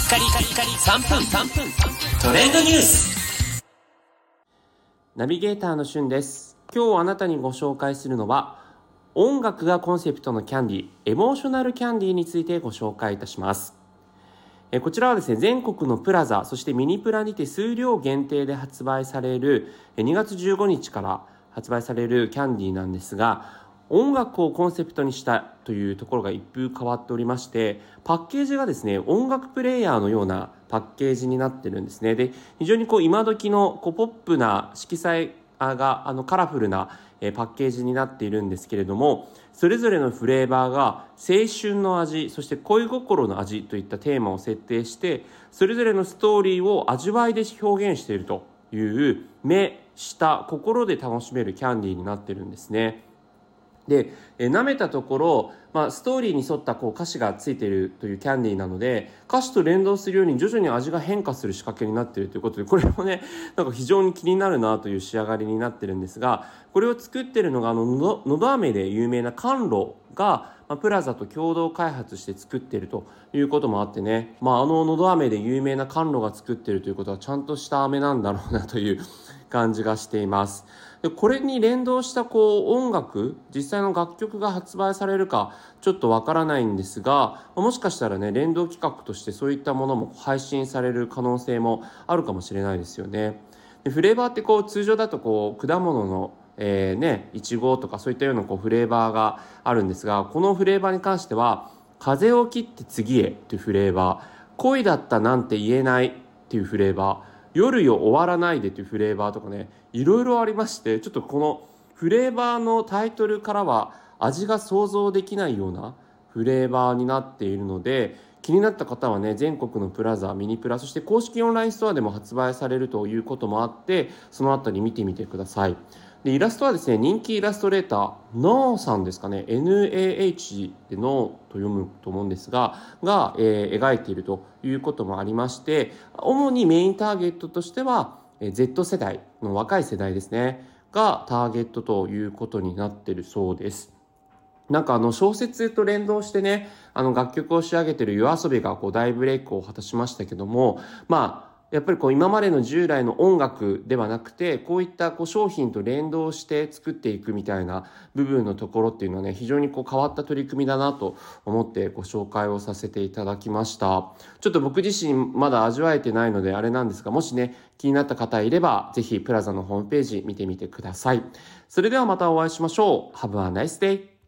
カリカリカリ3分トレンドニュース。 ナビゲーターのしゅんです。今日あなたにご紹介するのは音楽がコンセプトのキャンディー、エモーショナルキャンディーについてご紹介いたします。こちらはですね、全国のプラザ、そしてミニプラにて数量限定で発売される2月15日から発売されるキャンディーなんですが、音楽をコンセプトにしたというところが一風変わっておりまして、パッケージがですね、音楽プレイヤーのようなパッケージになってるんですね。で、非常に今時のポップな色彩がカラフルなパッケージになっているんですけれども、それぞれのフレーバーが青春の味、そして恋心の味といったテーマを設定して、それぞれのストーリーを味わいで表現しているという目、舌、心で楽しめるキャンディーになっているんですね。で、舐めたところ、ストーリーに沿った歌詞がついているというキャンディーなので、歌詞と連動するように徐々に味が変化する仕掛けになっているということで、これもね、なんか非常に気になるなという仕上がりになってるんですが、これを作ってるのがのど飴で有名な甘露が、プラザと共同開発して作っているということもあってね、のど飴で有名な甘露が作っているということはちゃんとした飴なんだろうなという感じがしています。で、これに連動した音楽、実際の楽曲が発売されるかちょっとわからないんですが、もしかしたらね、連動企画としてそういったものも配信される可能性もあるかもしれないですよね。で、フレーバーって通常だと果物のいちごとかそういったようなフレーバーがあるんですが、このフレーバーに関しては風を切って次へというフレーバー、恋だったなんて言えないっていうフレーバー、夜よ終わらないでというフレーバーとかね、いろいろありまして、ちょっとこのフレーバーのタイトルからは味が想像できないようなフレーバーになっているので、気になった方はね、全国のプラザ、ミニプラ、そして公式オンラインストアでも発売されるということもあって、そのあたり見てみてください。で、イラストはですね、人気イラストレーターノーさんですかね、 NAH でノーと読むと思うんですが描いているということもありまして、主にメインターゲットとしては Z 世代の若い世代ですねがターゲットということになっているそうです。なんか小説と連動してね、楽曲を仕上げているYOASOBIが大ブレイクを果たしましたけども、やっぱり今までの従来の音楽ではなくて、こういった商品と連動して作っていくみたいな部分のところっていうのはね、非常に変わった取り組みだなと思ってご紹介をさせていただきました。ちょっと僕自身まだ味わえてないのであれなんですが、もしね、気になった方いれば、ぜひプラザのホームページ見てみてください。それではまたお会いしましょう。Have a nice day!